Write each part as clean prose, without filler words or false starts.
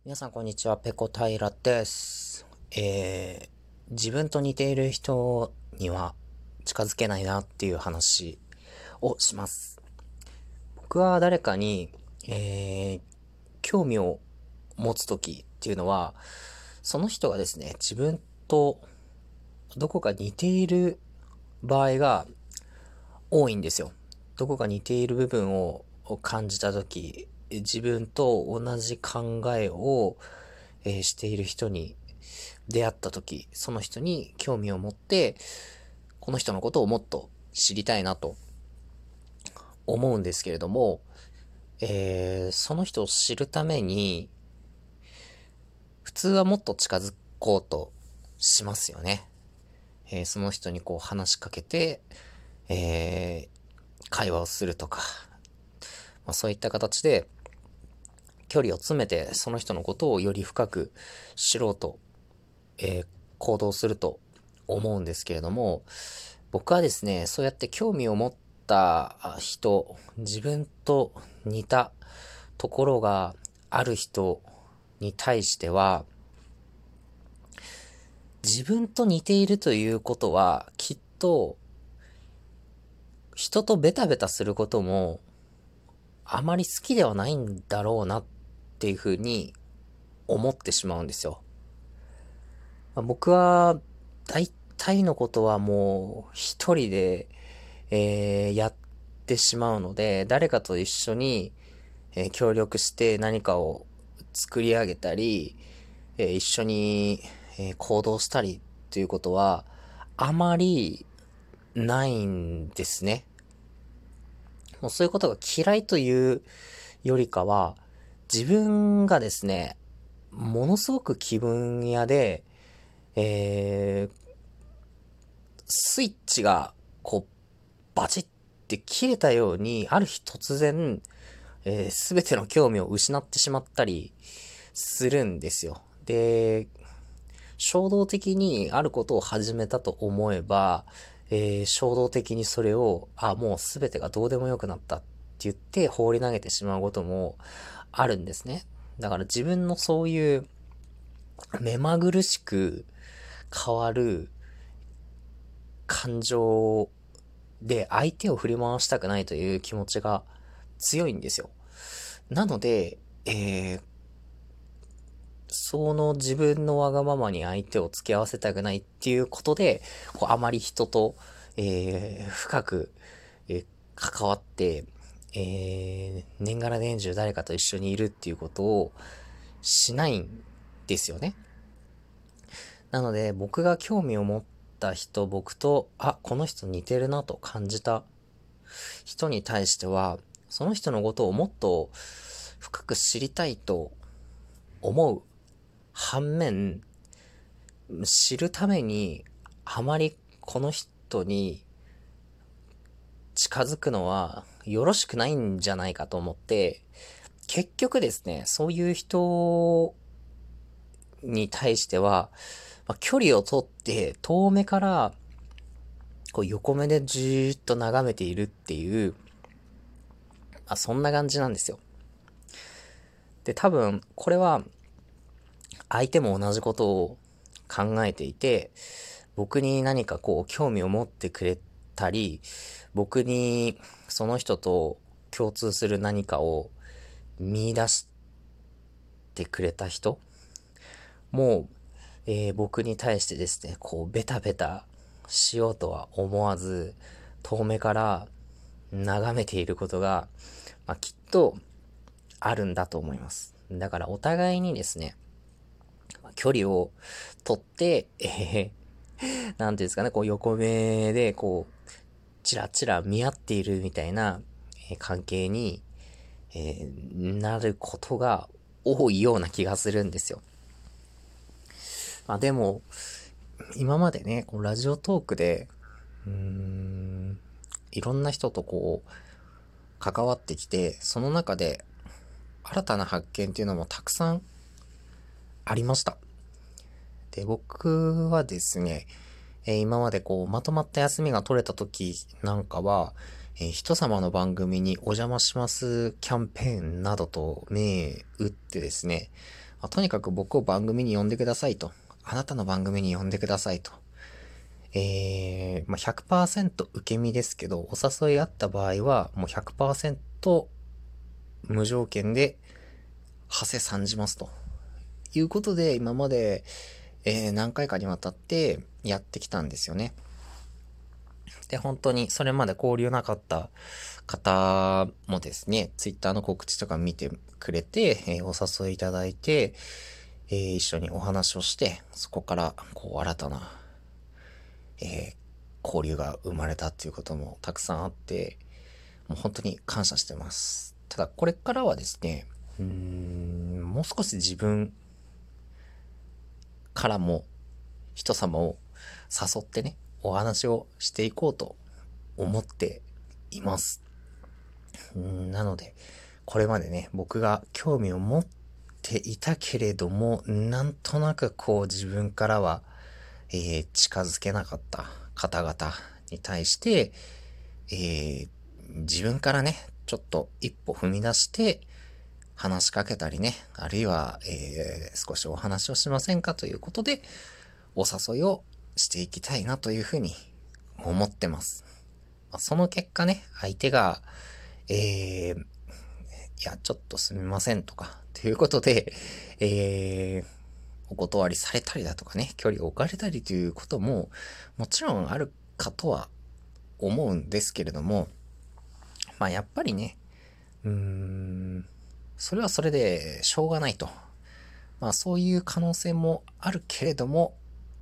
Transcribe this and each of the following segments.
皆さんこんにちは、ペコ平です。自分と似ている人には近づけないなっていう話をします。僕は誰かに、興味を持つときっていうのは、その人がですね、自分とどこか似ている場合が多いんですよ。どこか似ている部分を感じたとき、自分と同じ考えを、している人に出会った時、その人に興味を持って、この人のことをもっと知りたいなと思うんですけれども、その人を知るために、普通はもっと近づこうとしますよね。その人にこう話しかけて、え会話をするとか、そういった形で距離を詰めてその人のことをより深く知ろうと、えー行動すると思うんですけれども、僕はですね、そうやって興味を持った人、自分と似たところがある人に対しては、自分と似ているということは、きっと人とベタベタすることもあまり好きではないんだろうなっていうふうに思ってしまうんですよ。僕は大体のことはもう一人で、やってしまうので、誰かと一緒に、協力して何かを作り上げたり、一緒に、行動したりっていうことはあまりないんですね。もうそういうことが嫌いというよりかは、自分がですね、ものすごく気分屋で、えー、スイッチがこうバチッて切れたように、ある日突然、すべての興味を失ってしまったりするんですよ。で、衝動的にあることを始めたと思えば、衝動的にそれを、もうすべてがどうでもよくなったって言って放り投げてしまうこともあるんですね。だから自分のそういう目まぐるしく変わる感情で相手を振り回したくないという気持ちが強いんですよ。なので、えーその自分のわがままに相手を付き合わせたくないっていうことで、こうあまり人と、深く、関わって、年がら年中誰かと一緒にいるっていうことをしないんですよね。なので、僕が興味を持った人、僕と、この人似てるなと感じた人に対しては、その人のことをもっと深く知りたいと思う反面、知るためにあまりこの人に近づくのはよろしくないんじゃないかと思って、結局ですね、そういう人に対しては、距離をとって遠目からこう横目でじーっと眺めているっていう、そんな感じなんですよ。で、多分これは相手も同じことを考えていて、僕に何かこう興味を持ってくれたり、僕にその人と共通する何かを見出してくれた人も、僕に対してですね、こうベタベタしようとは思わず、遠目から眺めていることが、きっとあるんだと思います。だからお互いにですね、距離を取って、なんていうんですかね、こう横目でこう、チラチラ見合っているみたいな、関係に、なることが多いような気がするんですよ。でも、今までね、こうラジオトークで、いろんな人とこう、関わってきて、その中で新たな発見っていうのもたくさんありました。で、僕はですね、今までこう、まとまった休みが取れた時なんかは、人様の番組にお邪魔しますキャンペーンなどと銘打ってですね、 とにかく僕を番組に呼んでくださいと。あなたの番組に呼んでくださいと。100% 受け身ですけど、お誘いあった場合は、もう 100% 無条件で、馳せ参じますと。いうことで、今まで、何回かにわたってやってきたんですよね。で、本当にそれまで交流なかった方もですね、ツイッターの告知とか見てくれて、お誘いいただいて、一緒にお話をして、そこからこう新たな、交流が生まれたっていうこともたくさんあって、もう本当に感謝してます。ただこれからはですね、もう少し自分からも人様を誘ってね、お話をしていこうと思っています。なので、これまでね、僕が興味を持っていたけれども、なんとなくこう自分からは、近づけなかった方々に対して、自分からね、ちょっと一歩踏み出して、話しかけたりね、あるいは、少しお話をしませんかということで、お誘いをしていきたいなというふうに思ってます。その結果ね、相手が、いや、ちょっとすみませんとか、ということで、お断りされたりだとかね、距離を置かれたりということも、もちろんあるかとは思うんですけれども、やっぱりね、それはそれでしょうがないと。そういう可能性もあるけれども、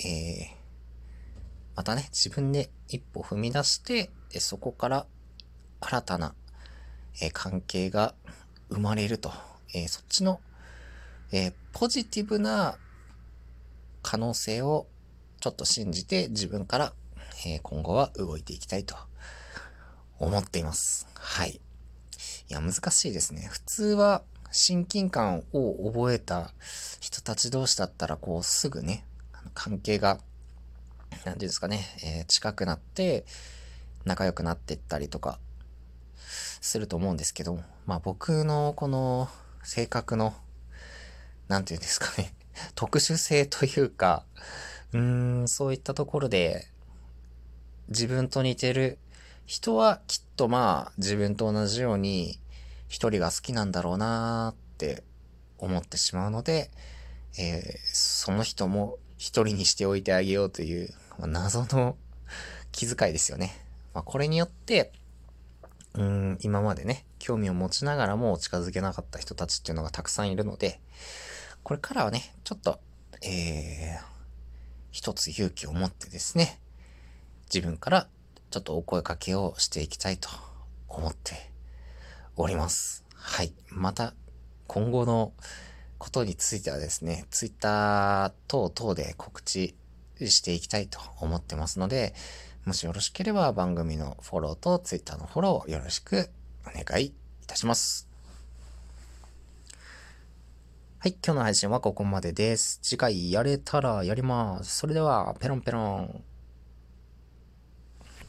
またね、自分で一歩踏み出して、そこから新たな、関係が生まれると。そっちの、ポジティブな可能性をちょっと信じて自分から、今後は動いていきたいと思っています。はい。いや、難しいですね。普通は親近感を覚えた人たち同士だったら、こうすぐね、関係が、なんていうんですかね、近くなって、仲良くなっていったりとか、すると思うんですけど、僕のこの性格の、なんていうんですかね、特殊性というか、そういったところで、自分と似てる人はきっと自分と同じように一人が好きなんだろうなーって思ってしまうので、その人も一人にしておいてあげようという、謎の気遣いですよね。これによって、今までね、興味を持ちながらも近づけなかった人たちっていうのがたくさんいるので、これからはね、ちょっと、一つ勇気を持ってですね、自分からちょっとお声かけをしていきたいと思っております。はい。また、今後のことについてはですね、ツイッター等々で告知していきたいと思ってますので、もしよろしければ番組のフォローとツイッターのフォローをよろしくお願いいたします。はい、今日の配信はここまでです。次回やれたらやります。それでは、ペロンペロン。